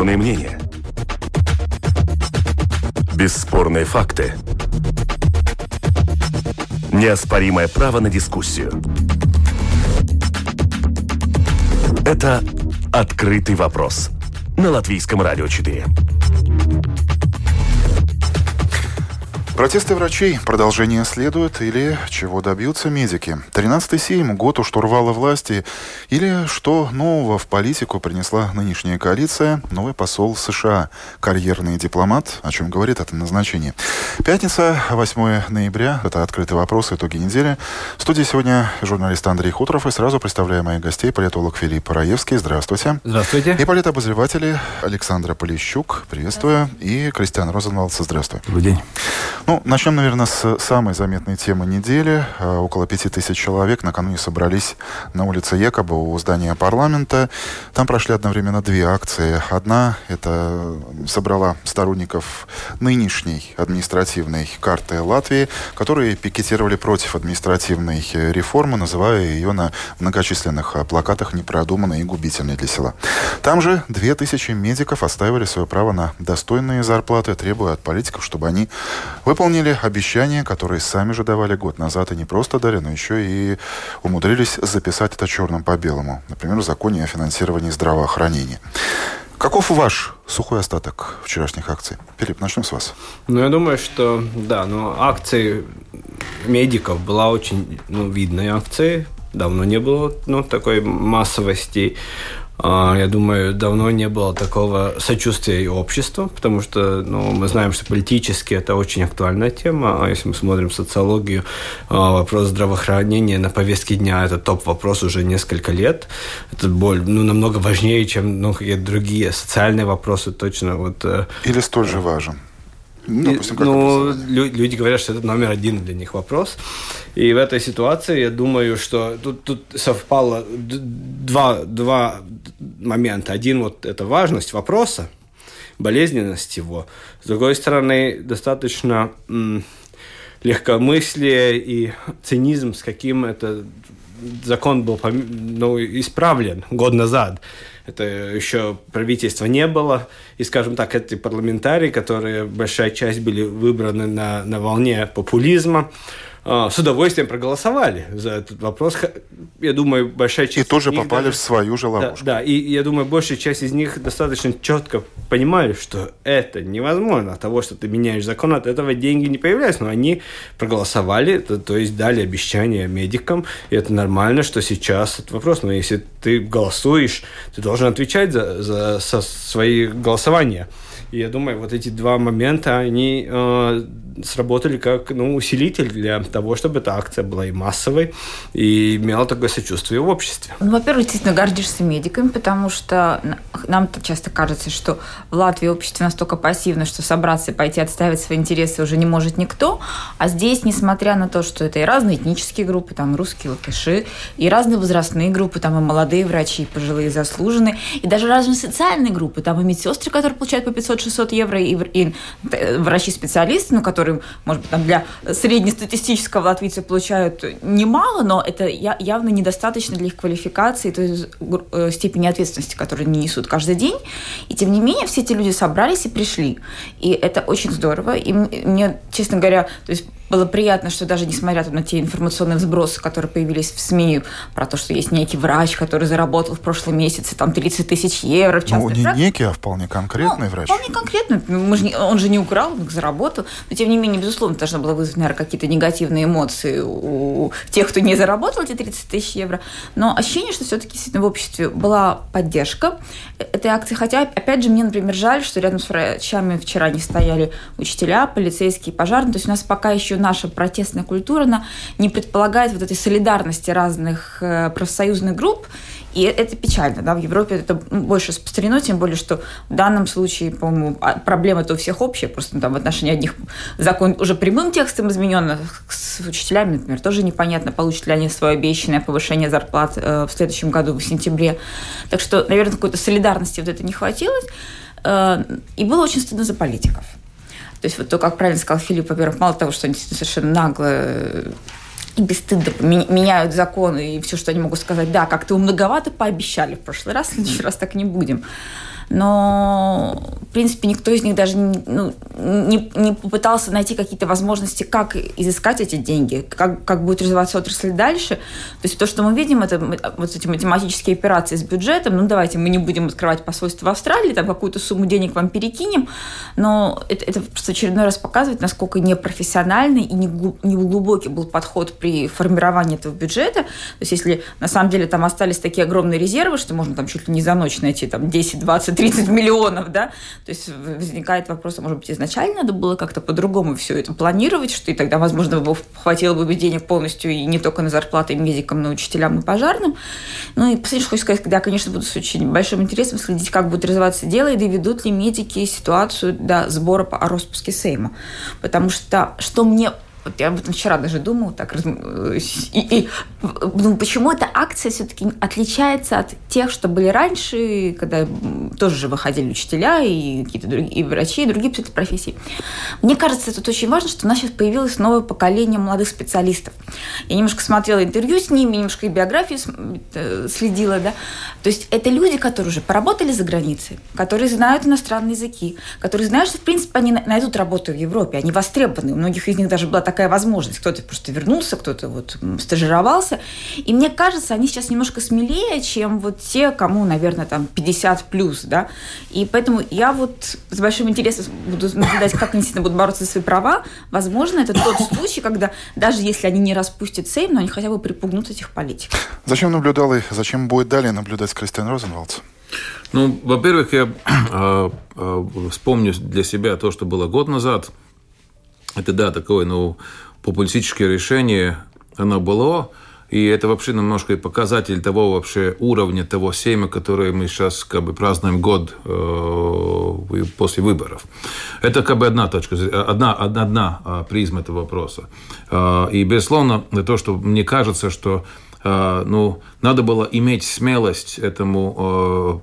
Бесспорные мнения. Бесспорные факты. Неоспоримое право на дискуссию. Это «Открытый вопрос» на Латвийском радио 4. Протесты врачей. Продолжение следует или чего добьются медики? 13-й Сейм, год у штурвала власти. Или что нового в политику принесла нынешняя коалиция? Новый посол США, карьерный дипломат, о чем говорит это назначение. Пятница, 8 ноября. Это «Открытый вопрос», итоги недели. В студии сегодня журналист Андрей Хуторов. И сразу представляю моих гостей. Политолог Филипп Раевский. Здравствуйте. Здравствуйте. И политобозреватели Александра Полищук. Приветствую. И Кристиан Розенвалдс. Здравствуй. Добрый день. Начнем, наверное, с самой заметной темы недели. Около 5000 человек накануне собрались на улице Якоба у здания парламента. Там прошли одновременно две акции. Одна это собрала сторонников нынешней административной карты Латвии, которые пикетировали против административной реформы, называя ее на многочисленных плакатах непродуманной и губительной для села. Там же 2000 медиков отстаивали свое право на достойные зарплаты, требуя от политиков, чтобы они выполнили обещания, которые сами же давали год назад, и не просто дали, но еще и умудрились записать это черным по белому. Например, в законе о финансировании здравоохранения. Каков ваш сухой остаток вчерашних акций? Филипп, начнем с вас. Я думаю, что акции медиков была очень видной акцией. Давно не было такой массовости. Я думаю, давно не было такого сочувствия и общества, потому что мы знаем, что политически это очень актуальная тема, а если мы смотрим социологию, вопрос здравоохранения на повестке дня – это топ-вопрос уже несколько лет. Это намного важнее, чем и другие социальные вопросы точно. Или столь же важен. Допустим, люди говорят, что это номер один для них вопрос. И в этой ситуации, я думаю, что тут совпало два момента. Один это важность вопроса, болезненность его. С другой стороны, достаточно легкомыслие и цинизм, с каким этот закон был исправлен год назад. Это еще правительства не было. И, скажем так, эти парламентарии, которые большая часть были выбраны на волне популизма, с удовольствием проголосовали за этот вопрос. Я думаю, большая часть и тоже попали в свою же ловушку. Да, и я думаю, большая часть из них достаточно четко понимали, что это невозможно. От того, что ты меняешь закон, от этого деньги не появляются. Но они проголосовали, то есть дали обещание медикам. И это нормально, что сейчас этот вопрос. Но если ты голосуешь, ты должен отвечать за свои голосования. И я думаю, эти два момента, они сработали как усилитель для того, чтобы эта акция была и массовой, и имела такое сочувствие в обществе. Во-первых, действительно гордишься медиками, потому что нам часто кажется, что в Латвии общество настолько пассивно, что собраться и пойти отстаивать свои интересы уже не может никто. А здесь, несмотря на то, что это и разные этнические группы, там русские, латыши, и разные возрастные группы, там и молодые врачи, и пожилые, заслуженные, и даже разные социальные группы, там и медсестры, которые получают по 500-600 евро, и врачи-специалисты, которые, может быть, для среднестатистического латвийца получают немало, но это явно недостаточно для их квалификации, то есть степени ответственности, которую они несут каждый день. И тем не менее, все эти люди собрались и пришли. И это очень здорово. И мне, честно говоря, то есть было приятно, что даже несмотря на те информационные взбросы, которые появились в СМИ, про то, что есть некий врач, который заработал в прошлом месяце 30 тысяч евро в частных практиках. Не некий, а вполне конкретный врач. Вполне конкретно. Он же не украл, он их заработал. Но тем не менее, безусловно, должно было вызвать, наверное, какие-то негативные эмоции у тех, кто не заработал эти 30 тысяч евро. Но ощущение, что все-таки действительно в обществе была поддержка этой акции. Хотя, опять же, мне, например, жаль, что рядом с врачами вчера не стояли учителя, полицейские, пожарные. То есть у нас пока еще наша протестная культура, она не предполагает этой солидарности разных профсоюзных групп. И это печально. Да? В Европе это больше распространено, тем более, что в данном случае, по-моему, проблема-то у всех общая, просто в отношении одних закон уже прямым текстом изменен, а с учителями, например, тоже непонятно, получат ли они свое обещанное повышение зарплат в следующем году, в сентябре. Так что, наверное, какой-то солидарности это не хватило. И было очень стыдно за политиков. То есть то, как правильно сказал Филипп, во-первых, мало того, что они совершенно нагло и бесстыдно меняют законы и все, что они могут сказать. Да, как-то многовато пообещали в прошлый раз, в следующий раз так не будем. но, в принципе, никто из них даже не попытался найти какие-то возможности, как изыскать эти деньги, как будет развиваться отрасль дальше. То есть то, что мы видим, это вот эти математические операции с бюджетом. Давайте мы не будем открывать посольство в Австралии, там какую-то сумму денег вам перекинем, но это просто очередной раз показывает, насколько непрофессиональный и неглубокий был подход при формировании этого бюджета. То есть если на самом деле там остались такие огромные резервы, что можно там чуть ли не за ночь найти там 10, 20, 30 миллионов, да, то есть возникает вопрос, может быть, изначально надо было как-то по-другому все это планировать, что и тогда, возможно, хватило бы денег полностью и не только на зарплаты медикам, но и учителям и пожарным. И последнее, что хочу сказать, я, конечно, буду с очень большим интересом следить, как будет развиваться дело и доведут ли медики ситуацию до сбора о распуске Сейма. Потому что мне... Вот я об этом вчера даже думала, почему эта акция все-таки отличается от тех, что были раньше, когда тоже же выходили учителя и какие-то другие, и врачи, и другие профессии. Мне кажется, тут очень важно, что у нас сейчас появилось новое поколение молодых специалистов. Я немножко смотрела интервью с ними, немножко и биографию следила, да. То есть это люди, которые уже поработали за границей, которые знают иностранные языки, которые знают, что, в принципе, они найдут работу в Европе, они востребованы. У многих из них даже была такая возможность. Кто-то просто вернулся, кто-то стажировался. И мне кажется, они сейчас немножко смелее, чем те, кому, наверное, там 50+, да. И поэтому я с большим интересом буду наблюдать, как они действительно будут бороться за свои права. Возможно, это тот случай, когда даже если они не распустят Сейм, но они хотя бы припугнут этих политиков. Зачем наблюдал и зачем будет далее наблюдать Кристиан Розенвалдс? Во-первых, я вспомню для себя то, что было год назад. Это, да, такое, популистическое решение, оно было, и это вообще немножко показатель того вообще уровня того Сейма, который мы сейчас празднуем год после выборов. Это одна точка, одна призма этого вопроса. И, безусловно, то, что мне кажется, что надо было иметь смелость этому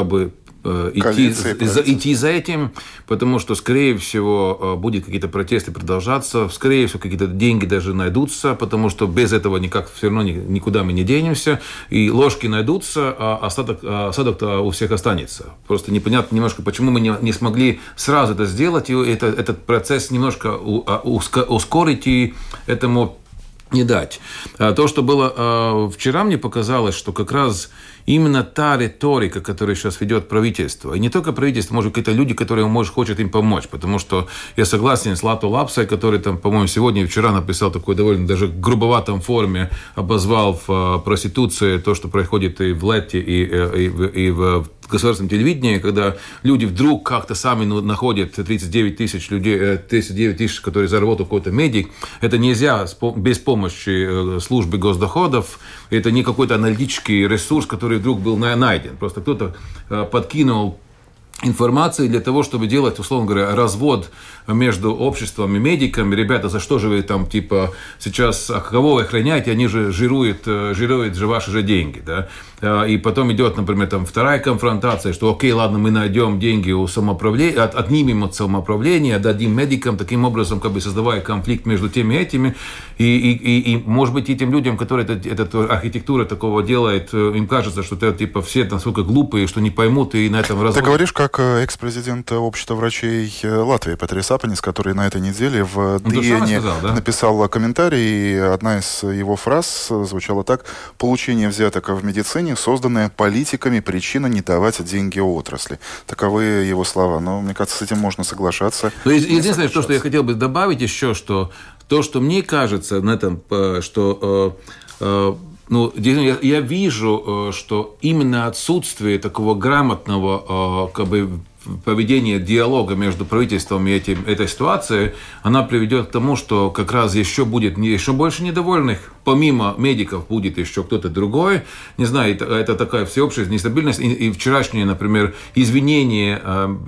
идти за этим, потому что, скорее всего, будут какие-то протесты продолжаться, скорее всего, какие-то деньги даже найдутся, потому что без этого никак все равно никуда мы не денемся, и ложки найдутся, а осадок-то у всех останется. Просто непонятно немножко, почему мы не смогли сразу это сделать, и этот процесс немножко ускорить и этому не дать. То, что было вчера, мне показалось, что как раз именно та риторика, которую сейчас ведет правительство, и не только правительство, может, какие-то люди, которые, хотят им помочь, потому что я согласен с Лату Лапсой, который, по-моему, сегодня и вчера написал такой довольно даже грубоватом форме, обозвал в проституции то, что происходит и в Летте, и в государственном телевидении, когда люди вдруг как-то сами находят 39 тысяч людей, 39 тысяч, которые заработал какой-то медик. Это нельзя без помощи службы госдоходов. Это не какой-то аналитический ресурс, который вдруг был найден. Просто кто-то подкинул информации для того, чтобы делать, условно говоря, развод между обществом и медиками. Ребята, за что же вы сейчас, кого вы охраняете, они же жируют же ваши же деньги, да? И потом идет, например, вторая конфронтация, что окей, ладно, мы найдем деньги у самоуправления, отнимем от самоуправления, дадим медикам, таким образом, создавая конфликт между теми и этими. И может быть, этим людям, которые эту архитектуру такого делают, им кажется, что это все настолько глупые, что не поймут, и на этом разводе. Ты говоришь, как экс-президент общества врачей Латвии Петрис Сапанис, который на этой неделе в ДН написал комментарий, и одна из его фраз звучала так: «Получение взяток в медицине, созданное политиками, причина не давать деньги отрасли». Таковы его слова. Но, мне кажется, с этим можно соглашаться. Единственное, что я хотел бы добавить еще, что то, что мне кажется на этом, что я вижу, что именно отсутствие такого грамотного поведение диалога между правительством и этой ситуацией, она приведет к тому, что как раз еще будет еще больше недовольных. Помимо медиков будет еще кто-то другой. Не знаю, это такая всеобщая нестабильность. И вчерашнее, например, извинение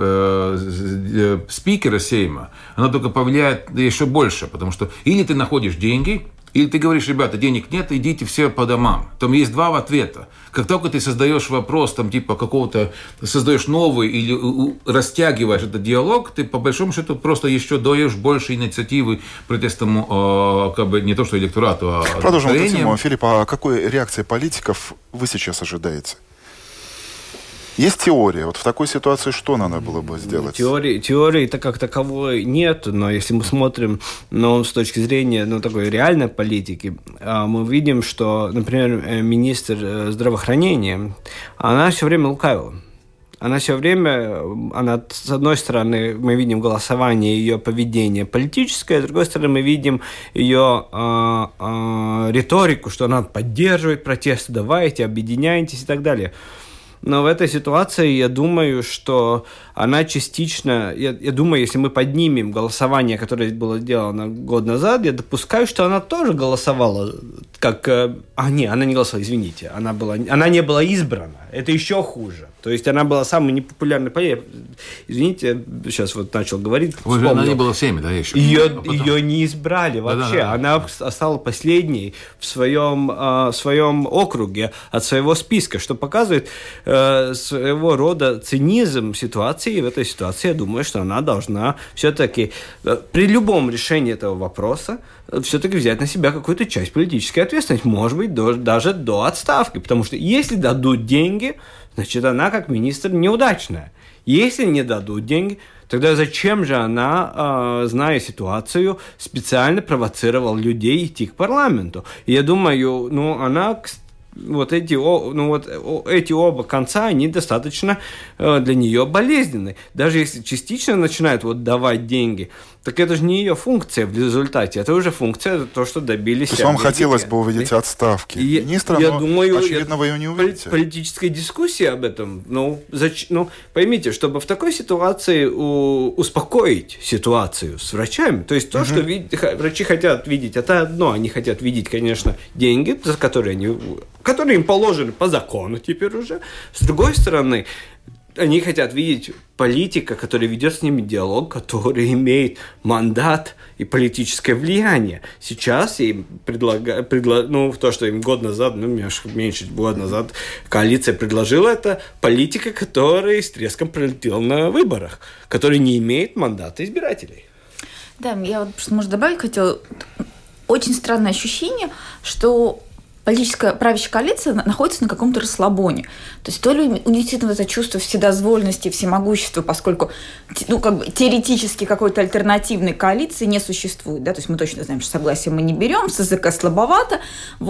спикера Сейма, оно только повлияет еще больше, потому что или ты находишь деньги, или ты говоришь: ребята, денег нет, идите все по домам. Там есть два ответа. Как только ты создаешь вопрос, какого-то, создаешь новый или растягиваешь этот диалог, ты по большому счету просто еще даешь больше инициативы протестному, не то что электорату, а продолжим эту тему. Филипп, а какой реакции политиков вы сейчас ожидаете? Есть теория. Вот в такой ситуации что надо было бы сделать? Теории-то как таковой нет, но если мы смотрим с точки зрения такой реальной политики, мы видим, что, например, министр здравоохранения, она все время лукавила. Она все время, с одной стороны, мы видим голосование, ее поведение политическое, с другой стороны, мы видим ее риторику, что она поддерживает протесты, давайте, объединяйтесь и так далее. Но в этой ситуации я думаю, что она частично... Я думаю, если мы поднимем голосование, которое было сделано год назад, я допускаю, что она тоже голосовала как... Нет, она не голосовала, извините. Она не была избрана. Это еще хуже. То есть она была самой непопулярной политикой. Извините, сейчас начал говорить. Она не была всеми, да, еще? Ее не избрали вообще. Да. Она стала последней в своем округе от своего списка, что показывает своего рода цинизм ситуации. И в этой ситуации я думаю, что она должна все-таки при любом решении этого вопроса все-таки взять на себя какую-то часть политической ответственности. Может быть, даже до отставки. Потому что если дадут деньги, значит, она как министр неудачная. Если не дадут деньги, тогда зачем же она, зная ситуацию, специально провоцировала людей идти к парламенту? И я думаю, она... эти оба конца, они достаточно для нее болезненны. Даже если частично начинают давать деньги, так это же не ее функция в результате, это уже функция то, что добились. То есть вам хотелось бы увидеть отставки министра, но, думаю, очевидно, вы ее не увидите. Политическая дискуссия об этом, поймите, чтобы в такой ситуации успокоить ситуацию с врачами, то есть то, что врачи хотят видеть, это одно, они хотят видеть, конечно, деньги, за которые им положены по закону теперь уже. С другой стороны, они хотят видеть политика, который ведет с ними диалог, который имеет мандат и политическое влияние. Сейчас им то, что им год назад, меньше года назад, коалиция предложила, это политика, которая с треском пролетела на выборах, которая не имеет мандата избирателей. Да, я просто, может, добавить хотела. Очень странное ощущение, что политическая правящая коалиция находится на каком-то расслабоне. То есть то ли у них действительно это чувство вседозволенности, всемогущества, поскольку теоретически какой-то альтернативной коалиции не существует. Да? То есть мы точно знаем, что согласие мы не берем, СЗК слабовато.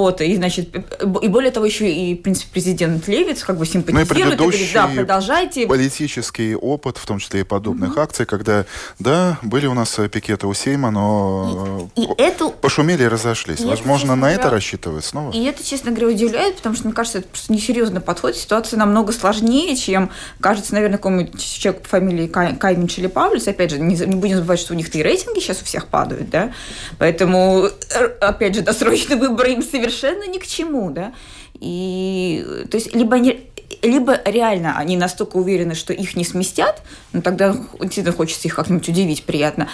И более того, еще и, в принципе, президент Левиц симпатизирует и говорит, продолжайте. Политический опыт, в том числе и подобных акций, когда, были у нас пикеты у Сейма, но пошумели и разошлись. Возможно, на это рассчитывают снова? И это, честно говоря, удивляет, потому что, мне кажется, это просто несерьезный подход. Ситуация намного сложнее, чем кажется, наверное, какому-нибудь человеку по фамилии Каймич или Павлиц. Опять же, не будем забывать, что у них-то и рейтинги сейчас у всех падают, да? Поэтому, опять же, досрочные выборы им совершенно ни к чему, да? И, то есть, либо реально они настолько уверены, что их не сместят, тогда действительно хочется их как-нибудь удивить приятно,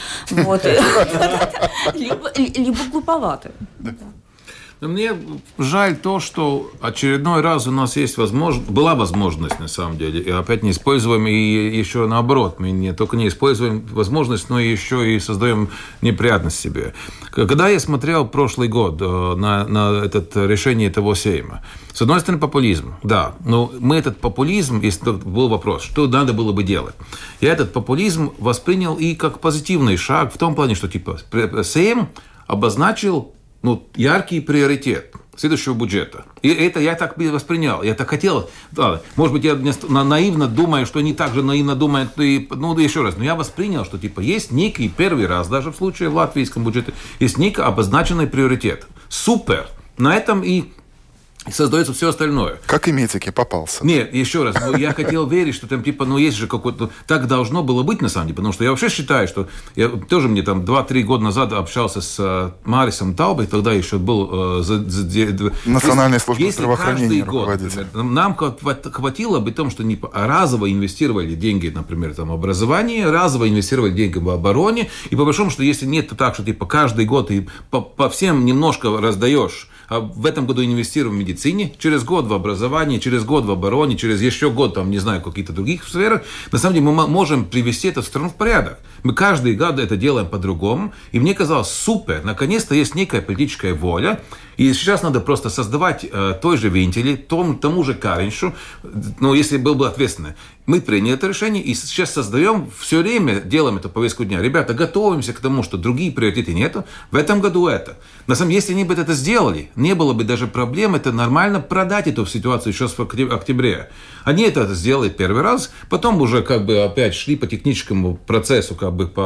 либо глуповато. Но мне жаль то, что очередной раз у нас была возможность, на самом деле, и опять не используем, и еще наоборот, мы не только не используем возможность, но еще и создаем неприятность себе. Когда я смотрел прошлый год на это решение того Сейма, с одной стороны, популизм, да, но мы этот популизм, если был вопрос, что надо было бы делать, я этот популизм воспринял и как позитивный шаг в том плане, что Сейм обозначил яркий приоритет следующего бюджета. И это я так воспринял. Я так хотел. Да, может быть, я наивно думаю, что они так же наивно думают. Еще раз. Но я воспринял, что есть некий первый раз, даже в случае в латвийском бюджете, есть некий обозначенный приоритет. Супер. На этом и создается все остальное. Как и медики попался. Нет, еще раз, я хотел верить, что там есть же какой-то... Так должно было быть, на самом деле, потому что я вообще считаю, что... Я тоже мне 2-3 года назад общался с Марисом Таубой, тогда еще был... Национальная служба здравоохранения руководитель. Нам хватило бы том, что разово инвестировали деньги, например, в образование, разово инвестировали деньги в обороне, и по большому, что если нет так, что каждый год и по всем немножко раздаешь, а в этом году инвестируем в медицине, через год в образовании, через год в обороне, через еще год, в каких-то других сферах, на самом деле мы можем привести эту страну в порядок. Мы каждый год это делаем по-другому. И мне казалось, супер, наконец-то есть некая политическая воля. И сейчас надо просто создавать той же вентили, тому же Кариншу, если был бы ответственный. Мы приняли это решение и сейчас создаем, все время делаем эту повестку дня. Ребята, готовимся к тому, что другие приоритеты нету. В этом году это. На самом деле, если они бы это сделали, не было бы даже проблем, это нормально продать эту ситуацию еще в октябре. Они это сделали первый раз, потом уже опять шли по техническому процессу,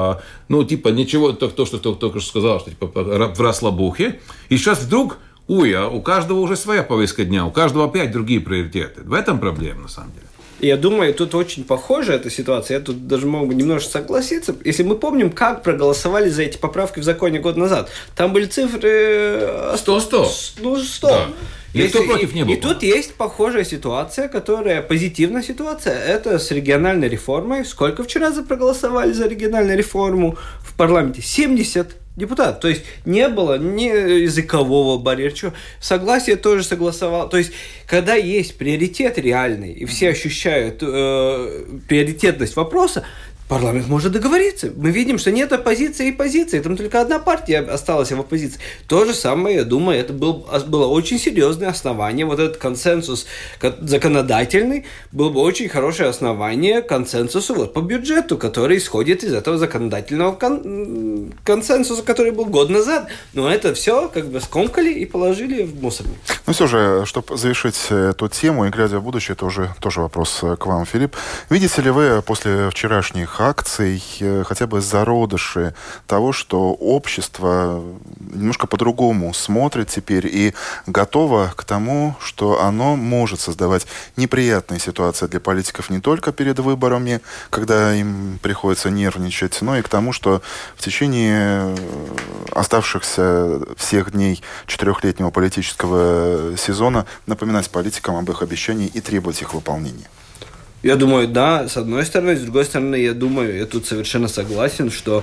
ничего, то, что ты только что сказал, что в расслабухе. И сейчас вдруг, а у каждого уже своя повестка дня, у каждого опять другие приоритеты. В этом проблема, на самом деле. Я думаю, тут очень похожа эта ситуация. Я тут даже могу немножко согласиться. Если мы помним, как проголосовали за эти поправки в законе год назад, там были цифры 100. 100. Да. Никто против не был. И тут есть похожая ситуация, которая позитивная ситуация. Это с региональной реформой. Сколько вчера проголосовали за региональную реформу в парламенте? 70 депутатов. То есть не было ни языкового барьера. Согласие тоже согласовало. То есть когда есть приоритет реальный, и все ощущают приоритетность вопроса, парламент может договориться. Мы видим, что нет оппозиции и позиции. Там только одна партия осталась в оппозиции. То же самое, я думаю, это было очень серьезное основание. Вот этот консенсус законодательный был бы очень хорошее основание консенсусу по бюджету, который исходит из этого законодательного консенсуса, который был год назад. Но это все скомкали и положили в мусорник. Все же, чтобы завершить эту тему и глядя в будущее, это уже тоже вопрос к вам, Филипп. Видите ли вы после вчерашних акций хотя бы зародыши того, что общество немножко по-другому смотрит теперь и готово к тому, что оно может создавать неприятные ситуации для политиков не только перед выборами, когда им приходится нервничать, но и к тому, что в течение оставшихся всех дней 4-летнего политического сезона напоминать политикам об их обещаниях и требовать их выполнения? Я думаю, да, с одной стороны. С другой стороны, я тут совершенно согласен, что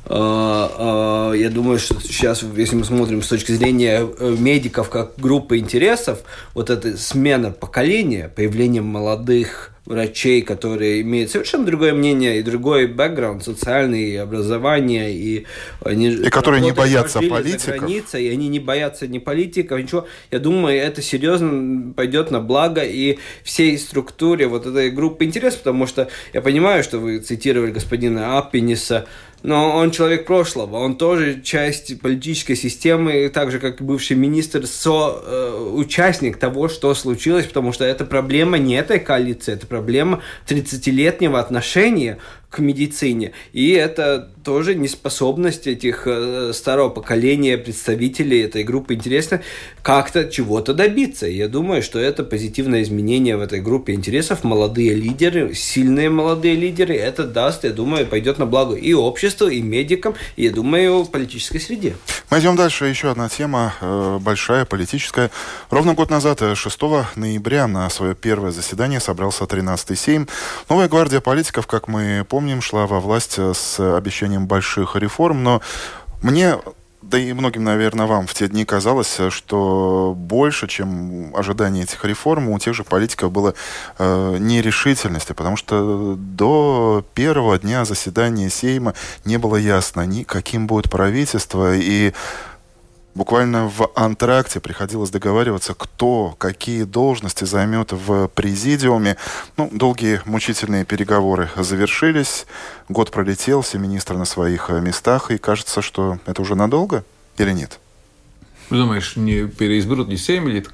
я думаю, что сейчас, если мы смотрим с точки зрения медиков как группы интересов, вот эта смена поколения, появление молодых врачей, которые имеют совершенно другое мнение и другой бэкграунд, социальный, образование, и которые не боятся политиков. И они не боятся ни политиков, ничего. Я думаю, это серьезно пойдет на благо и всей структуре вот этой группы интересов, потому что я понимаю, что вы цитировали господина Аппениса, но он человек прошлого, он тоже часть политической системы, так же, как и бывший министр, участник того, что случилось, потому что это проблема не этой коалиции, это проблема 30-летнего отношения к медицине. И это тоже неспособность этих старого поколения представителей этой группы интересов как-то чего-то добиться. И я думаю, что это позитивное изменение в этой группе интересов. Молодые лидеры, сильные молодые лидеры, это даст, я думаю, пойдет на благо и обществу, и медикам, и, я думаю, политической среде. Мы идем дальше. Еще одна тема, большая, политическая. Ровно год назад, 6 ноября, на свое первое заседание собрался 13-й Сейм. Новая гвардия политиков, как мы помним, шла во власть с обещанием больших реформ, но мне, да и многим, наверное, вам в те дни казалось, что больше, чем ожидание этих реформ, у тех же политиков было нерешительности, потому что до первого дня заседания Сейма не было ясно ни каким будет правительство, и буквально в антракте приходилось договариваться, кто какие должности займет в президиуме. Долгие мучительные переговоры завершились, год пролетел, все министры на своих местах, и кажется, что это уже надолго или нет? Ты думаешь, не переизберут не 7 лет?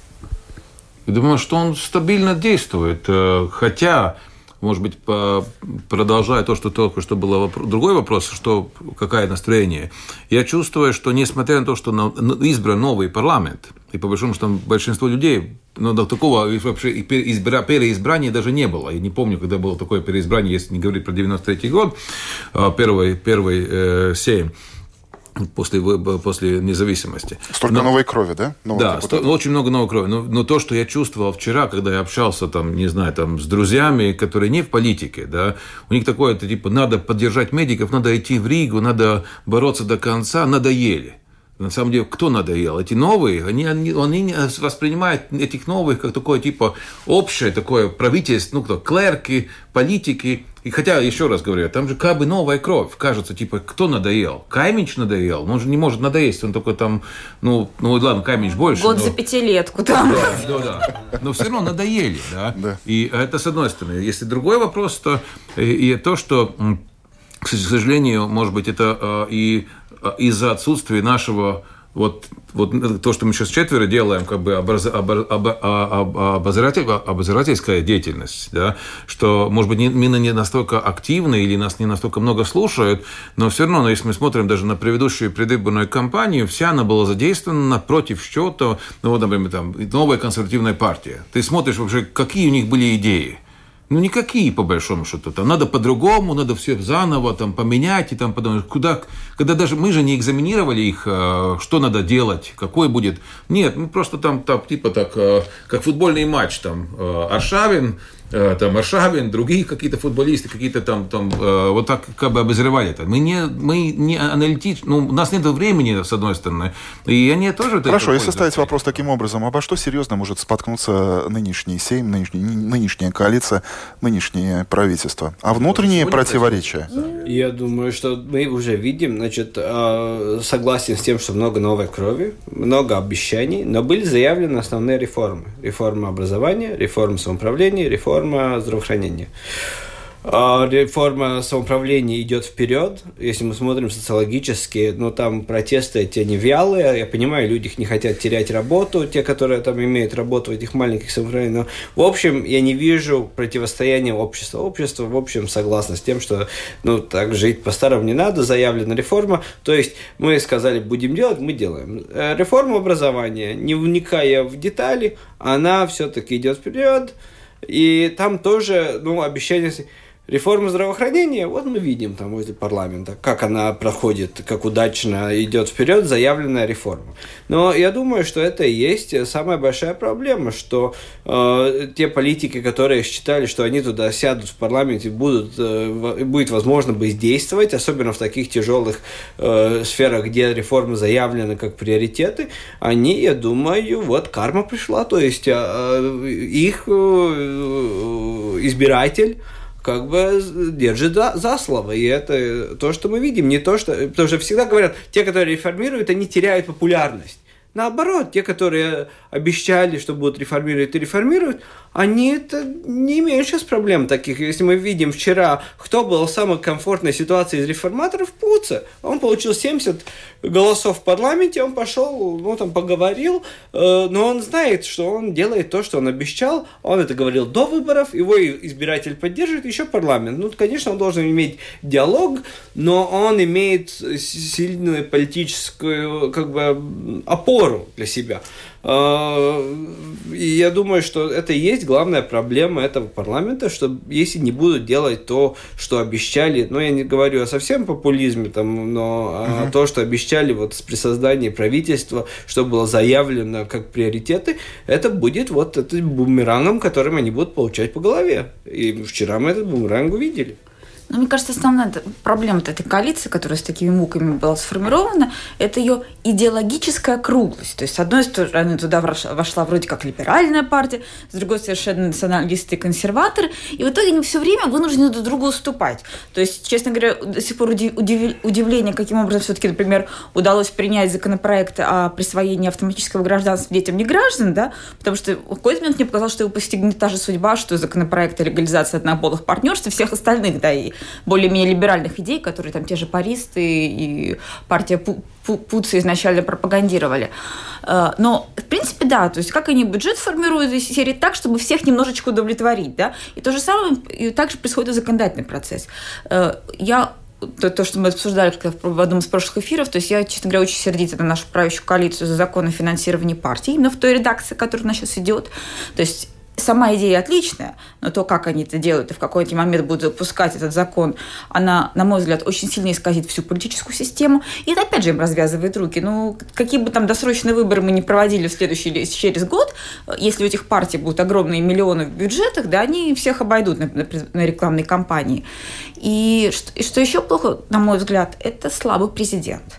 Я думаю, что он стабильно действует, хотя... Может быть, продолжая то, что только что было другой вопрос, какое настроение. Я чувствую, что несмотря на то, что избран новый парламент, и по большому счету большинство людей, такого вообще переизбрания даже не было. Я не помню, когда было такое переизбрание, если не говорить про 93-й год, первый Сейм. После независимости. Столько новой крови, да? Очень много новой крови. Но то, что я чувствовал вчера, когда я общался с друзьями, которые не в политике, да, у них такое, надо поддержать медиков, надо идти в Ригу, надо бороться до конца, надоели. На самом деле, кто надоел? Эти новые, они воспринимают этих новых как такое общее такое правительство, клерки, политики. И хотя, еще раз говорю, там же как бы новая кровь. Кажется, типа, кто надоел? Каменич надоел? Он же не может надоесть, он только там, ну ладно, Каменич больше. Год за пятилетку там. Да. Но все равно надоели, да? И это с одной стороны. Если другой вопрос, то и то, что, к сожалению, может быть, это и из-за отсутствия нашего вот то, что мы сейчас четверо делаем, как бы обозревательская деятельность, да, что, может быть, мы не настолько активны или нас не настолько много слушают, но все равно, если мы смотрим даже на предыдущую предвыборную кампанию, вся она была задействована против чего-то, например, там, новая консервативная партия. Ты смотришь вообще, какие у них были идеи. Никакие, по большому счету. Там надо по-другому, надо все заново там, поменять. И там, когда даже мы же не экзаменировали их, что надо делать, какой будет. Нет, мы просто там типа так, как футбольный матч. Там Аршавин, другие какие-то футболисты, какие-то там вот так как бы обозревали это. Мы не аналитически, у нас нет времени, с одной стороны, и они тоже... Хорошо, если ставить вопрос таким образом, обо что серьезно может споткнуться нынешний Сейм, нынешняя коалиция, нынешнее правительство? А внутренние противоречия? Я думаю, что мы уже видим, согласен с тем, что много новой крови, много обещаний, но были заявлены основные реформы. Реформа образования, реформа самоуправления, реформа здравоохранения. Реформа самоуправления идет вперед. Если мы смотрим социологически, там протесты эти не вялые. Я понимаю, люди не хотят терять работу, те, которые там имеют работу в этих маленьких самоуправлениях. Но, в общем, я не вижу противостояния общества. Общество, в общем, согласно с тем, что так жить по-старому не надо, заявлена реформа. То есть мы сказали, будем делать, мы делаем. Реформа образования, не вникая в детали, она все-таки идет вперед. И там тоже, обещание... Реформа здравоохранения, вот мы видим там возле парламента, как она проходит, как удачно идет вперед заявленная реформа. Но я думаю, что это и есть самая большая проблема, что те политики, которые считали, что они туда сядут в парламенте, будет возможно бездействовать, особенно в таких тяжелых сферах, где реформы заявлены как приоритеты, они, я думаю, вот карма пришла, то есть их избиратель как бы держит за слово. И это то, что мы видим. Не то, что... Потому что всегда говорят, те, которые реформируют, они теряют популярность. Наоборот, те, которые обещали, что будут реформировать и реформируют, они не имеют сейчас проблем таких. Если мы видим вчера, кто был в самой комфортной ситуации из реформаторов, Пуца. Он получил 70 голосов в парламенте, он пошел, поговорил, но он знает, что он делает то, что он обещал. Он это говорил до выборов, его избиратель поддерживает, еще парламент. Конечно, он должен иметь диалог, но он имеет сильную политическую опору для себя. И я думаю, что это и есть главная проблема этого парламента, что если не будут делать то, что обещали, я не говорю о совсем популизме, но то, что обещали при создании правительства, что было заявлено как приоритеты, это будет бумерангом, которым они будут получать по голове. И вчера мы этот бумеранг увидели. Мне кажется, основная проблема этой коалиции, которая с такими муками была сформирована, это ее идеологическая круглость. То есть, с одной стороны, туда вошла вроде как либеральная партия, с другой совершенно националисты и консерваторы, и в итоге они все время вынуждены друг другу уступать. То есть, честно говоря, до сих пор удивление, каким образом все-таки, например, удалось принять законопроект о присвоении автоматического гражданства детям неграждан, да, потому что в какой-то момент мне показалось, что его постигнет та же судьба, что законопроект о легализации однополых партнерств и всех остальных, да, и более-менее либеральных идей, которые там те же паристы и партия Пуца изначально пропагандировали. Но, в принципе, да, то есть как они бюджет формируют из серии так, чтобы всех немножечко удовлетворить, да, и то же самое, и также происходит и законодательный процесс. То, что мы обсуждали в одном из прошлых эфиров, то есть я, честно говоря, очень сердита на нашу правящую коалицию за закон о финансировании партий, именно в той редакции, которая у нас сейчас идет. То есть сама идея отличная, но то, как они это делают и в какой-то момент будут запускать этот закон, она, на мой взгляд, очень сильно исказит всю политическую систему. И это, опять же, им развязывает руки. Какие бы там досрочные выборы мы не проводили через год, если у этих партий будут огромные миллионы в бюджетах, да, они всех обойдут на рекламной кампании. И что еще плохо, на мой взгляд, это слабый президент.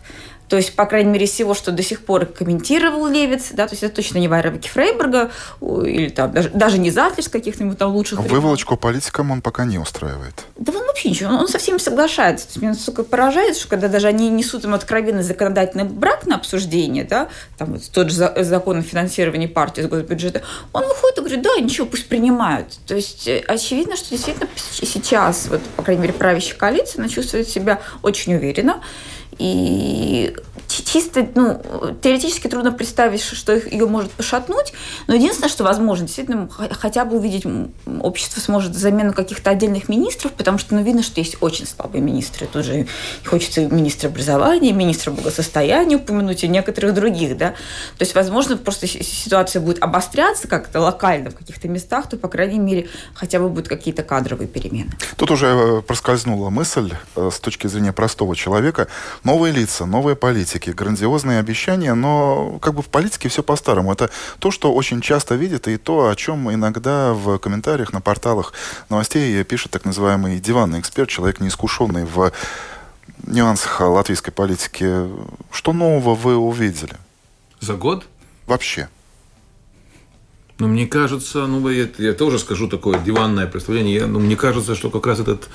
То есть, по крайней мере, из всего, что до сих пор комментировал Левиц, да, то есть это точно не варианты Фрейберга или там даже не Затлиш каких-нибудь там лучших. Выволочку политикам он пока не устраивает. Да он вообще ничего, он со всеми соглашается. То есть меня настолько поражает, что когда даже они несут им откровенный законодательный брак на обсуждение, да, там вот тот же закон о финансировании партии с госбюджета, он выходит и говорит, да, ничего, пусть принимают. То есть очевидно, что действительно сейчас, вот, по крайней мере, правящая коалиция, она чувствует себя очень уверенно. И чисто, теоретически трудно представить, что ее может пошатнуть, но единственное, что возможно, действительно, хотя бы увидеть, общество сможет замену каких-то отдельных министров, потому что, видно, что есть очень слабые министры. Тут же хочется министра образования, министра благосостояния упомянуть и некоторых других, да. То есть, возможно, просто ситуация будет обостряться как-то локально в каких-то местах, то, по крайней мере, хотя бы будут какие-то кадровые перемены. Тут уже проскользнула мысль с точки зрения простого человека. Новые лица, новые политики, грандиозные обещания, но как бы в политике все по-старому. Это то, что очень часто видят, и то, о чем иногда в комментариях на порталах новостей пишет так называемый диванный эксперт, человек неискушенный в нюансах латвийской политики. Что нового вы увидели? За год? Вообще. Мне кажется, я тоже скажу такое диванное представление, мне кажется, что как раз этот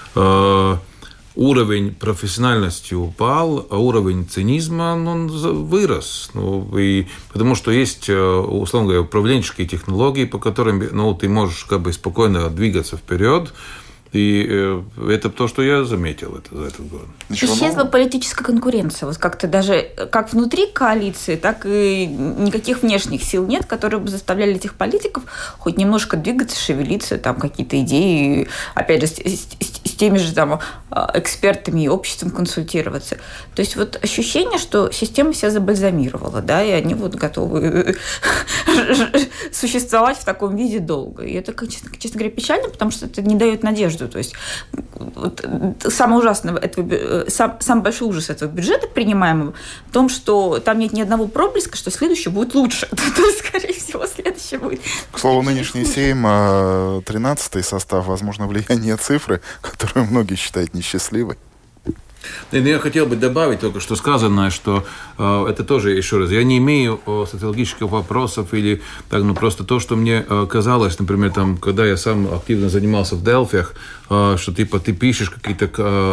уровень профессиональности упал, а уровень цинизма он вырос. Потому что есть, условно говоря, управленческие технологии, по которым ты можешь как бы спокойно двигаться вперед. И это то, что я заметил за этот год. Исчезла политическая конкуренция. Вот как-то даже как внутри коалиции, так и никаких внешних сил нет, которые бы заставляли этих политиков хоть немножко двигаться, шевелиться, там какие-то идеи, опять же, с теми же там экспертами и обществом консультироваться. То есть вот ощущение, что система себя забальзамировала, да, и они вот готовы существовать в таком виде долго. И это, честно говоря, печально, потому что это не дает надежду. То есть вот, самый большой ужас этого бюджета принимаемого в том, что там нет ни одного проблеска, что следующий будет лучше. То есть, скорее всего, следующий будет. К слову, нынешний Сейм, 13-й состав, возможно, влияние цифры, которую многие считают несчастливой. Я хотел бы добавить только что сказанное, что это тоже, еще раз, я не имею социологических вопросов или так, просто то, что мне казалось, например, там, когда я сам активно занимался в Делфиях, что типа ты пишешь какие-то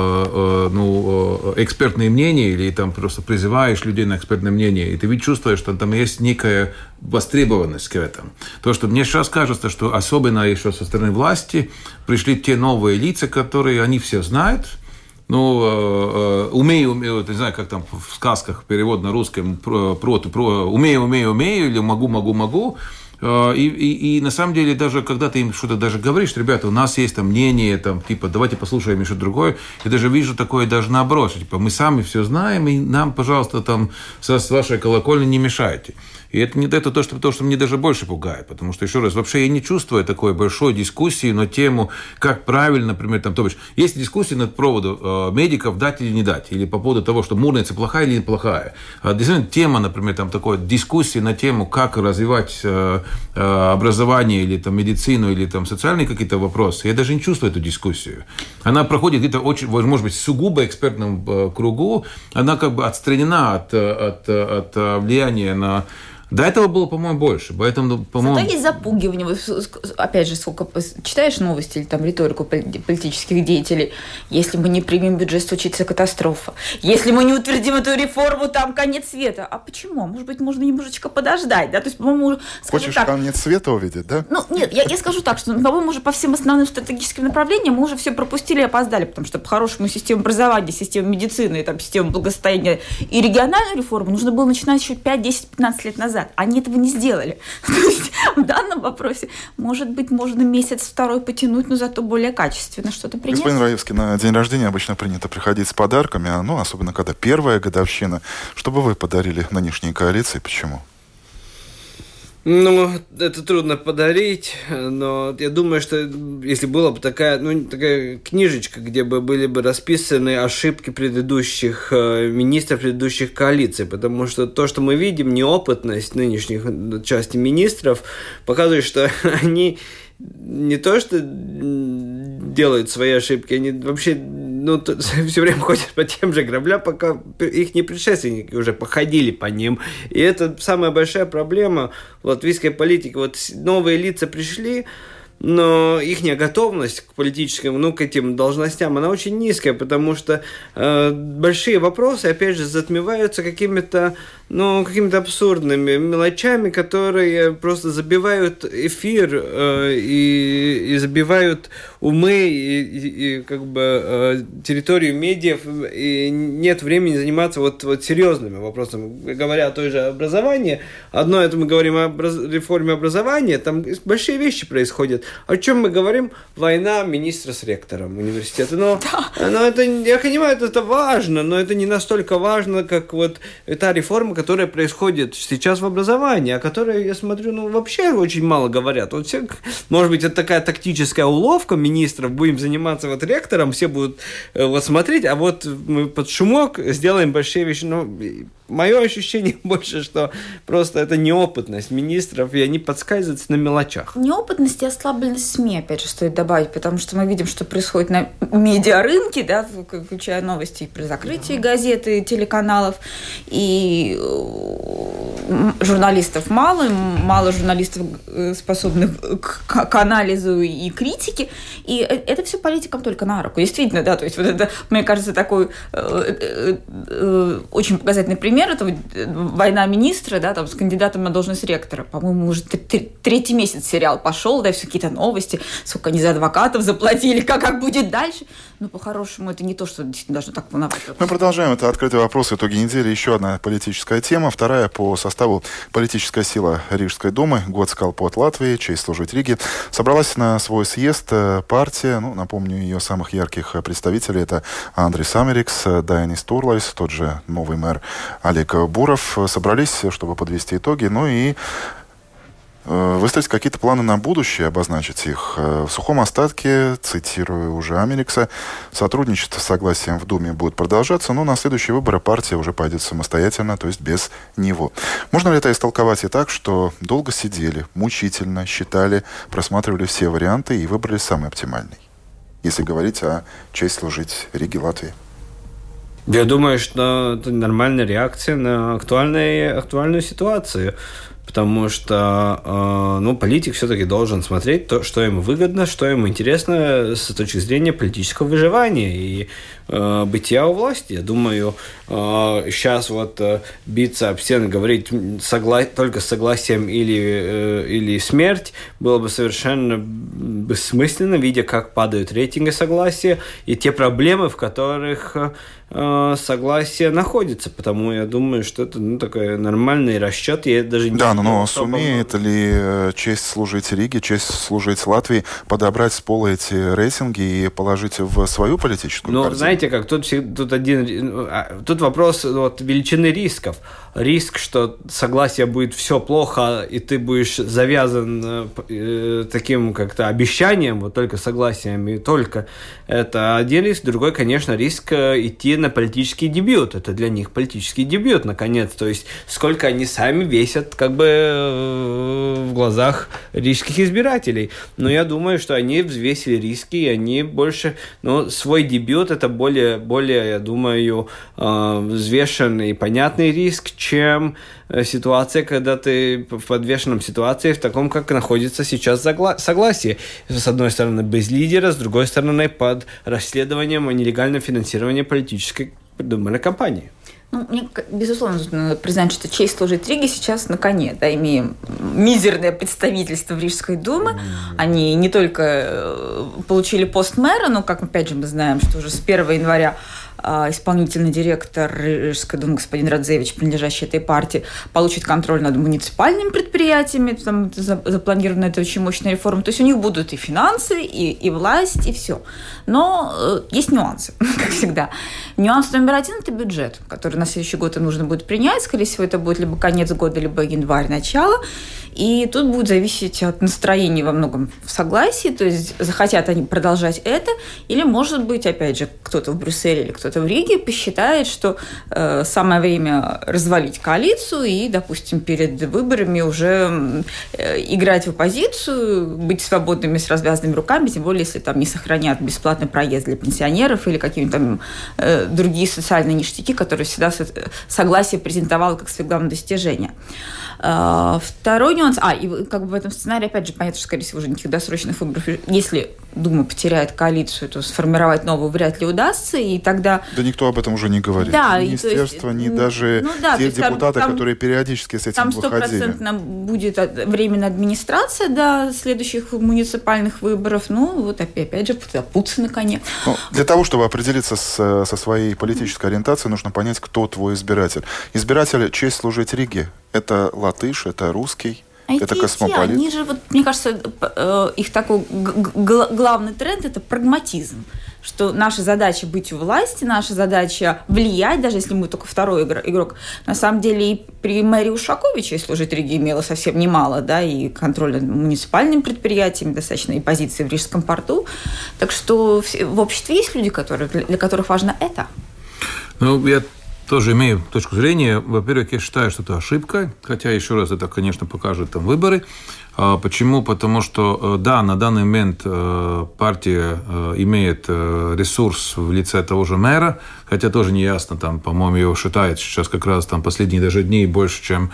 экспертные мнения или там просто призываешь людей на экспертное мнение, и ты ведь чувствуешь, что там есть некая востребованность к этому. То, что мне сейчас кажется, что особенно еще со стороны власти пришли те новые лица, которые они все знают, умею, не знаю, как там в сказках перевод на русском, умею, или могу. И на самом деле, даже когда ты им что-то даже говоришь, ребята, у нас есть там мнение, там, типа, давайте послушаем еще другое, я даже вижу такое даже наоборот, типа, мы сами все знаем, и нам, пожалуйста, там, с вашей колокольни не мешайте. И это то, что мне даже больше пугает, потому что, еще раз, вообще я не чувствую такой большой дискуссии на тему, как правильно, например, там, то бишь, есть дискуссии над поводу медиков дать или не дать, или по поводу того, что мурница плохая или неплохая. Действительно, тема, например, там, такой дискуссии на тему, как развивать образование или там, медицину, или там, социальные какие-то вопросы, я даже не чувствую эту дискуссию. Она проходит где-то очень, может быть, сугубо экспертном кругу, она как бы отстранена от влияния на... До этого было, по-моему, больше. Поэтому, по-моему... Зато есть запугивание. Опять же, сколько читаешь новости или там риторику политических деятелей. Если мы не примем бюджет, случится катастрофа. Если мы не утвердим эту реформу, там конец света. А почему? Может быть, можно немножечко подождать, да? То есть, по-моему, хочешь так, конец света увидеть, да? Нет, я скажу так, что, по-моему, уже по всем основным стратегическим направлениям мы уже все пропустили и опоздали, потому что по-хорошему систему образования, систему медицины, там, систему благосостояния и региональную реформу нужно было начинать еще 5, 10, 15 лет назад. Они этого не сделали. То есть в данном вопросе, может быть, можно месяц-второй потянуть, но зато более качественно что-то принять. Господин Раевский, на день рождения обычно принято приходить с подарками, особенно когда первая годовщина. Что бы вы подарили нынешней коалиции? Почему? Это трудно подарить, но я думаю, что если была бы такая книжечка, где бы были бы расписаны ошибки предыдущих министров, предыдущих коалиций, потому что то, что мы видим, неопытность нынешних части министров, показывает, что они не то, что делают свои ошибки, они вообще все время ходят по тем же граблям, пока их предшественники уже походили по ним. И это самая большая проблема в латвийской политике. Вот новые лица пришли, но их готовность к политическим, к этим должностям, она очень низкая, потому что большие вопросы, опять же, затмеваются какими-то абсурдными мелочами, которые просто забивают эфир и забивают умы и территорию медиа, и нет времени заниматься вот серьезными вопросами. Говоря о той же образовании, одно это мы говорим о реформе образования, там большие вещи происходят. О чем мы говорим? Война министра с ректором университета. Но это, я понимаю, это важно, но это не настолько важно, как вот та реформа, которая происходит сейчас в образовании, о которой, я смотрю, вообще очень мало говорят. Вот все, может быть, это такая тактическая уловка министров, будем заниматься ректором, все будут смотреть, а вот мы под шумок сделаем большие вещи. Но мое ощущение больше, что просто это неопытность министров, и они подсказываются на мелочах. Неопытность и ослабленность СМИ, опять же, стоит добавить, потому что мы видим, что происходит на медиарынке, да, включая новости при закрытии газет и телеканалов, и журналистов мало журналистов, способных к анализу и критике, и это все политикам только на руку. Действительно, да, то есть вот это, мне кажется, такой очень показательный пример, это «Война министра», да, там, с кандидатом на должность ректора. По-моему, уже третий месяц сериал пошел, да, все какие-то новости, сколько они за адвокатов заплатили, как будет дальше. Но по-хорошему это не то, что действительно должно так волновать. Мы продолжаем. Это «Открытый вопрос. Итоги недели». Еще одна политическая тема. Вторая по составу политическая сила Рижской думы Готскал под Латвии, честь служить Риге, собралась на свой съезд партия. Напомню, ее самых ярких представителей это Андрис Америкс, Дайнис Турлайс, тот же новый мэр Олег Буров. Собрались, чтобы подвести итоги, и выставить какие-то планы на будущее, обозначить их. В сухом остатке, цитирую уже Америкса, сотрудничество с согласием в Думе будет продолжаться, но на следующие выборы партия уже пойдет самостоятельно, то есть без него. Можно ли это истолковать и так, что долго сидели, мучительно считали, просматривали все варианты и выбрали самый оптимальный, если говорить о честь служить Риге, Латвии? Я думаю, что это нормальная реакция на актуальную ситуацию. Потому что политик все-таки должен смотреть то, что ему выгодно, что ему интересно с точки зрения политического выживания и бытия у власти. Я думаю, сейчас биться об стены, говорить только с согласием или смерть было бы совершенно бессмысленно, видя, как падают рейтинги согласия и те проблемы, в которых согласие находится. Потому я думаю, что это такой нормальный расчет. Я даже но сумеет ли честь служить Риге, честь служить Латвии подобрать с пола эти рейтинги и положить в свою политическую корзину? Знаете как, тут вопрос величины рисков. Риск, что согласие будет все плохо, и ты будешь завязан таким как-то обещанием, только согласием, и только это один риск. Другой, конечно, риск идти на политический дебют. Это для них политический дебют, наконец. То есть, сколько они сами весят в глазах рижских избирателей. Но я думаю, что они взвесили риски, и они больше... свой дебют – это более, я думаю, взвешенный и понятный риск, чем ситуация, когда ты в подвешенном ситуации, в таком, как находится сейчас согласие. С одной стороны, без лидера, с другой стороны, под расследованием о нелегальном финансировании политической предвыборной кампании. Мне, безусловно, нужно признать, что честь служить Риге сейчас на коне. Да, имеем мизерное представительство в Рижской думе. Они не только получили пост мэра, но, как опять же мы знаем, что уже с 1 января исполнительный директор Рижской думы господин Радзевич, принадлежащий этой партии, получит контроль над муниципальными предприятиями. Там запланирована эта очень мощная реформа. То есть у них будут и финансы, и власть, и все. Но есть нюансы, как всегда. Нюанс номер один – это бюджет, который на следующий год им нужно будет принять. Скорее всего, это будет либо конец года, либо январь, начало. И тут будет зависеть от настроения во многом в согласии. То есть захотят они продолжать это, или, может быть, опять же, кто-то в Брюсселе или кто-то кто-то в Риге посчитает, что самое время развалить коалицию и, допустим, перед выборами уже играть в оппозицию, быть свободными с развязанными руками, тем более, если там не сохранят бесплатный проезд для пенсионеров или какие-нибудь там другие социальные ништяки, которые всегда согласие презентовало как свое главное достижение. Второй нюанс. И как бы в этом сценарии, опять же, понятно, что, скорее всего, уже никаких досрочных выборов. Если Дума потеряет коалицию, то сформировать новую вряд ли удастся, и тогда... Да никто об этом уже не говорит. Да, ни министерство, ни даже те депутаты, которые периодически с этим выходили. Там 100% будет временная администрация до следующих муниципальных выборов. Ну, вот опять же, запутаться на коне. Для того, чтобы определиться со своей политической ориентацией, нужно понять, кто твой избиратель. Избиратель, честь служить Риге. Это латыш, это русский, это космополит. Они же, мне кажется, их такой главный тренд – это прагматизм. Что наша задача быть у власти, наша задача влиять, даже если мы только второй игрок. На самом деле и при мэрии Ушаковича, если служить Риге, имела совсем немало, да, и контроль над муниципальными предприятиями, достаточно и позиции в Рижском порту. Так что в обществе есть люди, для которых важно это. Я тоже имею точку зрения. Во-первых, я считаю, что это ошибка, хотя, еще раз, это, конечно, покажут там выборы. Почему? Потому что, да, на данный момент партия имеет ресурс в лице того же мэра, хотя тоже не ясно, там, по-моему, его считают сейчас как раз там последние даже дни больше, чем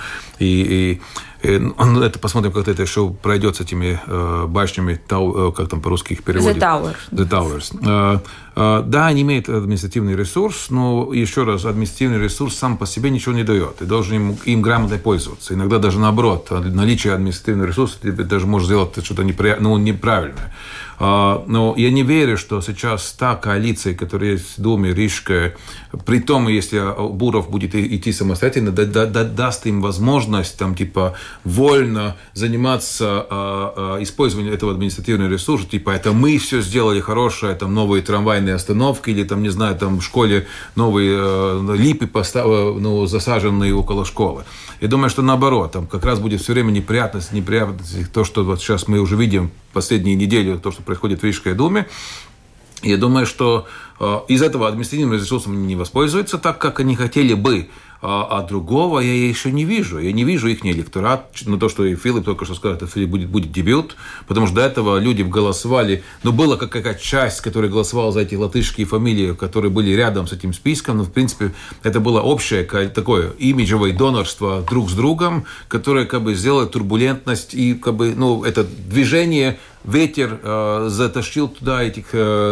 это посмотрим, как это еще пройдет с этими башнями, как там по-русски их переводят? The Towers. Да, они имеют административный ресурс, но, еще раз, административный ресурс сам по себе ничего не дает. Ты должен им грамотно пользоваться. Иногда даже наоборот, наличие административного ресурса ты даже можешь сделать что-то неправильное. Но я не верю, что сейчас та коалиция, которая есть в Думе, Рижская, при том, если Буров будет идти самостоятельно, даст им возможность там, типа, вольно заниматься использованием этого административного ресурса, типа, это мы все сделали хорошее, там, новые трамвайные остановки, или, там, не знаю, там, в школе новые липы засаженные около школы. Я думаю, что наоборот, там как раз будет все время неприятности, то, что вот сейчас мы уже видим последние недели, то, что происходит в Рижской думе. Я думаю, что из этого административным ресурсом не воспользуются так, как они хотели бы. А другого я еще не вижу. Я не вижу их электорат. Но то, что и Филипп только что сказал, это будет дебют. Потому что до этого люди голосовали. Но была какая-то часть, которая голосовала за эти латышские фамилии, которые были рядом с этим списком. Но, в принципе, это было общее такое имиджевое донорство друг с другом, которое как бы сделало турбулентность. И как бы, это движение... Ветер затащил туда этих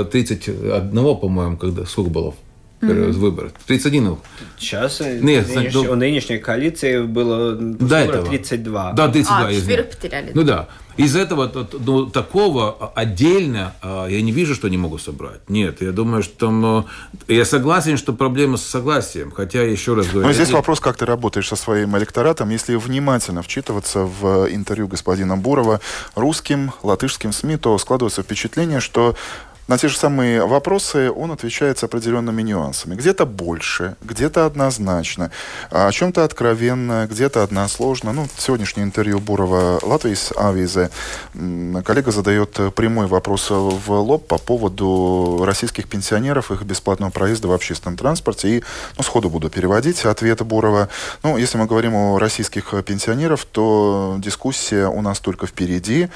31, по-моему, сколько было выборов? 31. Сейчас у нынешней коалиции было 32. Да, 32. Четверых потеряли. Ну да. Из этого такого отдельно я не вижу, что они могут собрать. Нет, я думаю, что там... Я согласен, что проблема с согласием, хотя, еще раз говорю... Но здесь вопрос, как ты работаешь со своим электоратом. Если внимательно вчитываться в интервью господина Бурова русским, латышским СМИ, то складывается впечатление, что на те же самые вопросы он отвечает с определенными нюансами. Где-то больше, где-то однозначно, о чем-то откровенно, где-то односложно. Сегодняшнее интервью Бурова Латвijas Avīze коллега задает прямой вопрос в лоб по поводу российских пенсионеров, их бесплатного проезда в общественном транспорте. И сходу буду переводить ответ Бурова. Если мы говорим о российских пенсионерах, то дискуссия у нас только впереди.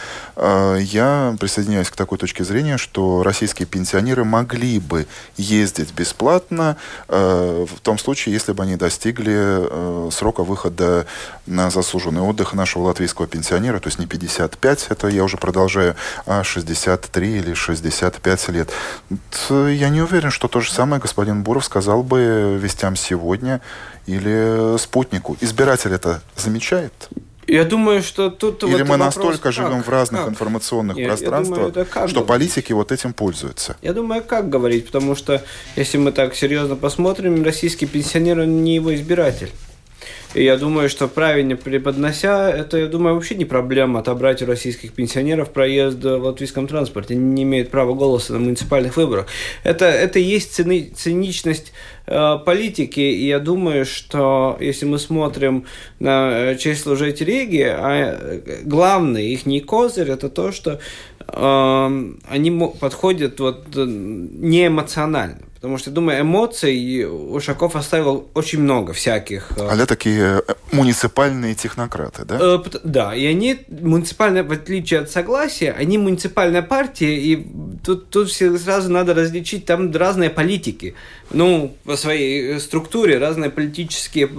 Я присоединяюсь к такой точке зрения, что российские пенсионеры могли бы ездить бесплатно в том случае, если бы они достигли срока выхода на заслуженный отдых нашего латвийского пенсионера, то есть не 55, это я уже продолжаю, а 63 или 65 лет. Я не уверен, что то же самое господин Буров сказал бы «Вестям сегодня» или «Спутнику». Избиратель это замечает? Я думаю, что тут... Или мы настолько живем в разных информационных пространствах, что политики этим пользуются? Я думаю, как говорить, потому что, если мы так серьезно посмотрим, российский пенсионер не его избиратель. И я думаю, что правильно преподнося, это, я думаю, вообще не проблема отобрать у российских пенсионеров проезд в латвийском транспорте. Они не имеют права голоса на муниципальных выборах. Это и есть циничность политики. И я думаю, что если мы смотрим на честь служить Риге, главный их козырь – это то, что они подходят не эмоционально. Потому что, я думаю, эмоций Ушаков оставил очень много всяких. А такие муниципальные технократы, да? Да, и они муниципальные, в отличие от Согласия, они муниципальная партия, и тут все сразу надо различить, там разные политики. По своей структуре разные политические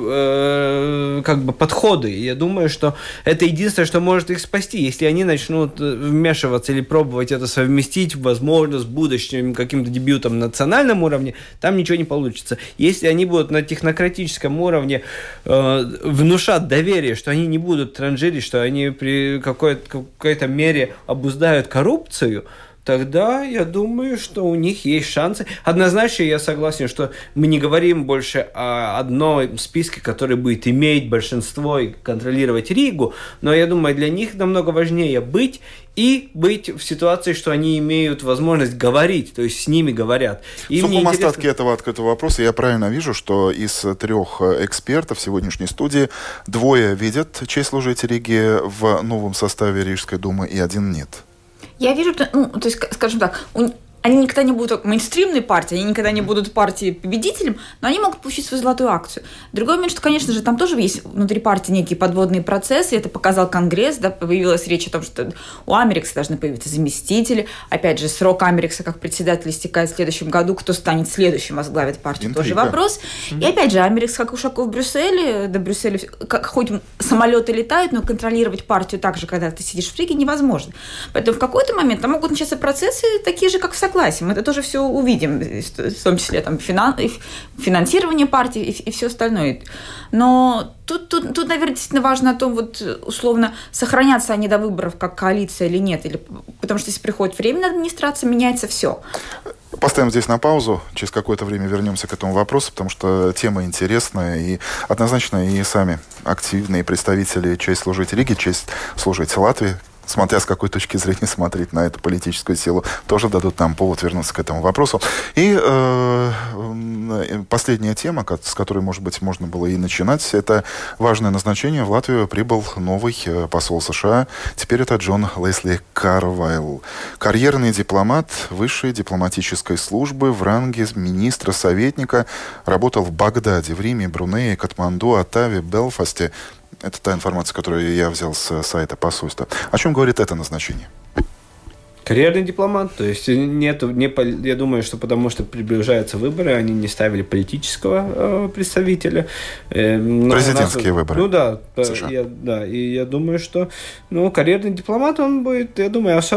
подходы. И я думаю, что это единственное, что может их спасти. Если они начнут вмешиваться или пробовать это совместить, возможно, с будущим каким-то дебютом на национальном уровне, там ничего не получится. Если они будут на технократическом уровне внушать доверие, что они не будут транжирить, что они при какой-то мере обуздают коррупцию, тогда я думаю, что у них есть шансы. Однозначно я согласен, что мы не говорим больше о одном списке, который будет иметь большинство и контролировать Ригу, но я думаю, для них намного важнее быть в ситуации, что они имеют возможность говорить, то есть с ними говорят. В сухом остатке этого открытого вопроса я правильно вижу, что из 3 экспертов сегодняшней студии 2 видят честь служить Риге в новом составе Рижской думы и 1 нет. Я вижу, то есть, скажем так, они никогда не будут мейнстримной партией, они никогда не будут партией победителем, но они могут получить свою золотую акцию. Другой момент, что, конечно же, там тоже есть внутри партии некие подводные процессы, это показал Конгресс, да, появилась речь о том, что у Америкса должны появиться заместители, опять же, срок Америкса как председателя истекает в следующем году, кто станет следующим, возглавит партию, тоже вопрос. И опять же, Америкс, как Ушаков в Брюсселе, до Брюсселя, хоть самолеты летают, но контролировать партию так же, когда ты сидишь в Риге, невозможно. Поэтому в какой-то момент там могут начаться процессы такие же, как в Согласии. Мы это тоже все увидим, в том числе там, финансирование партии и все остальное. Но тут, наверное, действительно важно о том, условно, сохранятся они до выборов как коалиция или нет. Потому что если приходит временная администрация, меняется все. Поставим здесь на паузу. Через какое-то время вернемся к этому вопросу, потому что тема интересная. И однозначно и сами активные представители честь служить Риге, честь служить Латвии, смотря с какой точки зрения смотреть на эту политическую силу, тоже дадут нам повод вернуться к этому вопросу. И последняя тема, с которой, может быть, можно было и начинать, это важное назначение. В Латвию прибыл новый посол США. Теперь это Джон Лесли Карвайл. Карьерный дипломат высшей дипломатической службы в ранге министра-советника. Работал в Багдаде, в Риме, Брунее, Катманду, Оттаве, Белфасте. Это та информация, которую я взял с сайта посольства. О чем говорит это назначение? Карьерный дипломат, то есть я думаю, что потому что приближаются выборы, они не ставили политического представителя. Президентские выборы. США. И я думаю, что карьерный дипломат он будет, я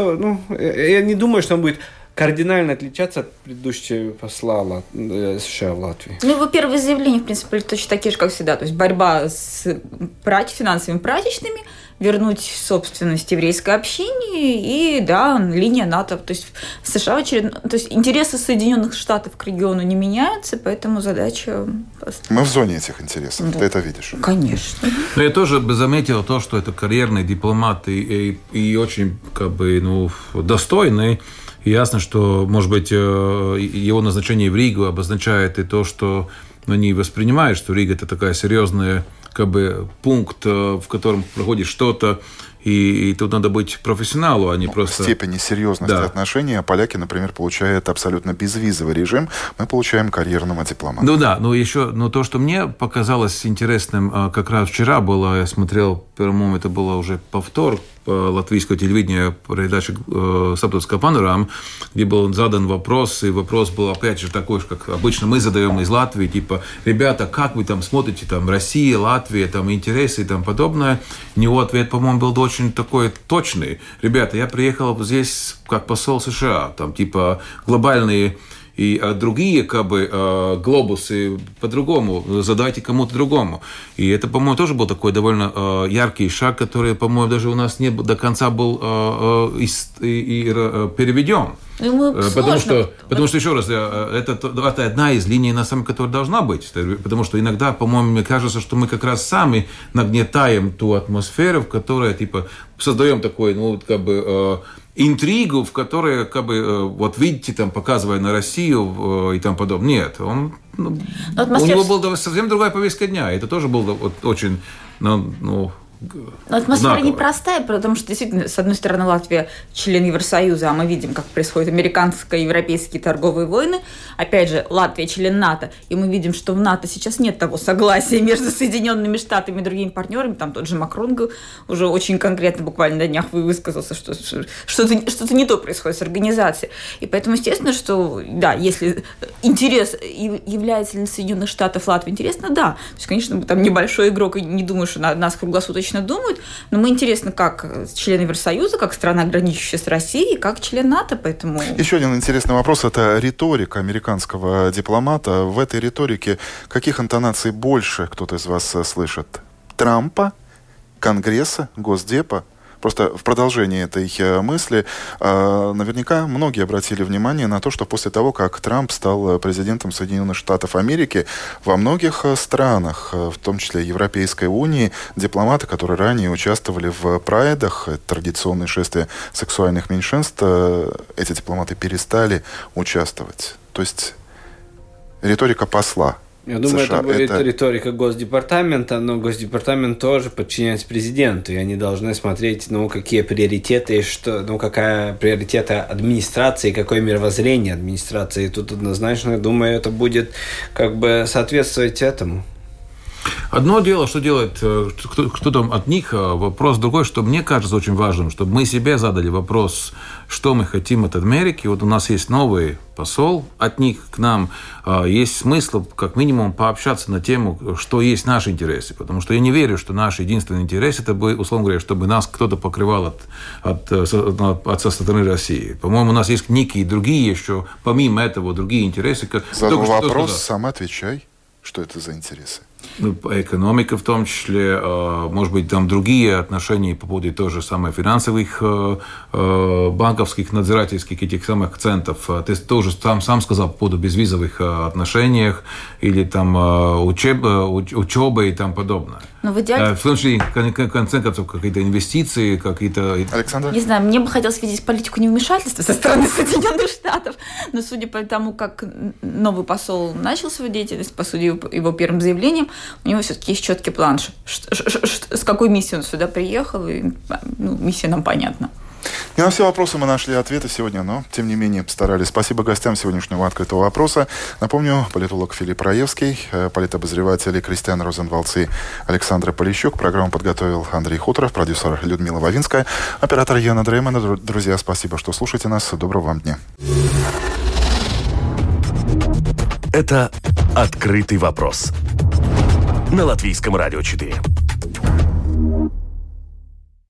не думаю, что он будет кардинально отличаться от предыдущего посла США в Латвии. Его первые заявления, в принципе, были точно такие же, как всегда. То есть борьба с финансовыми прачечными, вернуть собственность еврейской общине и, линия НАТО. То есть США то есть интересы Соединенных Штатов к региону не меняются, поэтому задача... Мы в зоне этих интересов, да. Ты это видишь? Конечно. Но я тоже бы заметил то, что это карьерный дипломат и очень достойный. И ясно, что, может быть, его назначение в Ригу обозначает и то, что они воспринимают, что Рига – это такая серьезная пункт, в котором проходит что-то, и тут надо быть профессионалу, а не просто... В степени серьезности отношений поляки, например, получают абсолютно безвизовый режим, мы получаем карьерного дипломата. То, что мне показалось интересным, как раз вчера было, я смотрел, по-моему, это было уже повтор по латвийского телевидения, передачи «Саптовская панорама», где был задан вопрос, и вопрос был, опять же, такой же, как обычно мы задаем из Латвии, типа, ребята, как вы там смотрите, там, Россия, Латвия, там, интересы и тому подобное. У него ответ, по-моему, был очень такой точный. Ребята, я приехал здесь как посол США, там, типа, глобальные и другие глобусы по-другому, задайте кому-то другому. И это, по-моему, тоже был такой довольно яркий шаг, который, по-моему, даже у нас не до конца был переведен. Потому что, еще раз, это одна из линий, на самом деле, которая должна быть. Потому что иногда, по-моему, мне кажется, что мы как раз сами нагнетаем ту атмосферу, в которой, создаем такой, интригу, в которой, как бы, вот видите, там, показывая на Россию и тому подобное. Нет, он, у него была совсем другая повестка дня. Это тоже было вот очень, атмосфера непростая, потому что, действительно, с одной стороны, Латвия член Евросоюза, а мы видим, как происходят американско-европейские торговые войны. Опять же, Латвия член НАТО, и мы видим, что в НАТО сейчас нет того согласия между Соединенными Штатами и другими партнерами. Там тот же Макрон уже очень конкретно, буквально на днях высказался, что что-то не то происходит с организацией. И поэтому, естественно, что, да, если интерес, является ли Соединенных Штатов Латвии интересно, да. То есть, конечно, мы там небольшой игрок, и не думаю, что нас круглосуточно думают, но мы интересны как член Евросоюза, как страна, граничащая с Россией, как член НАТО, поэтому... Еще один интересный вопрос – это риторика американского дипломата. В этой риторике каких интонаций больше кто-то из вас слышит? Трампа, Конгресса, Госдепа? Просто в продолжении этой мысли, наверняка многие обратили внимание на то, что после того, как Трамп стал президентом Соединенных Штатов Америки, во многих странах, в том числе Европейской Унии, дипломаты, которые ранее участвовали в прайдах, традиционные шествия сексуальных меньшинств, эти дипломаты перестали участвовать. То есть риторика посла. Я думаю, США, это будет риторика Госдепартамента, но Госдепартамент тоже подчиняется президенту, и они должны смотреть, какие приоритеты, какая приоритеты администрации, какое мировоззрение администрации. И тут однозначно, я думаю, это будет как бы соответствовать этому. Одно дело, что делает кто-то от них, вопрос другой, что мне кажется очень важным, чтобы мы себе задали вопрос, что мы хотим от Америки. Вот у нас есть новый посол от них к нам. Есть смысл, как минимум, пообщаться на тему, что есть наши интересы. Потому что я не верю, что наш единственный интерес, это, условно говоря, чтобы нас кто-то покрывал со стороны России. По-моему, у нас есть некие другие еще, помимо этого, другие интересы. Задал вопрос, сам отвечай. Что это за интересы? Экономика в том числе, может быть, там другие отношения по поводу тоже самых финансовых, банковских, надзирательских этих самых центов. Ты тоже сам сказал по поводу безвизовых отношений или там учебы и тому подобное. Но в идеале... В том числе, в конце концов, какие-то инвестиции, какие-то... Александр? Не знаю, мне бы хотелось видеть политику невмешательства со стороны Соединенных Штатов, но судя по тому, как новый посол начал свою деятельность, по сути, его первым заявлением, у него все-таки есть четкий план, с какой миссией он сюда приехал, и миссия нам понятна. Не на все вопросы мы нашли ответы сегодня, но, тем не менее, постарались. Спасибо гостям сегодняшнего открытого вопроса. Напомню, политолог Филипп Раевский, политобозреватели Кристиан Розенвалдс и Александр Полищук. Программу подготовил Андрей Хуторов, продюсер Людмила Вавинская, оператор Яна Дреймана. Друзья, спасибо, что слушаете нас. Доброго вам дня. Это «Открытый вопрос» на Латвийском радио 4.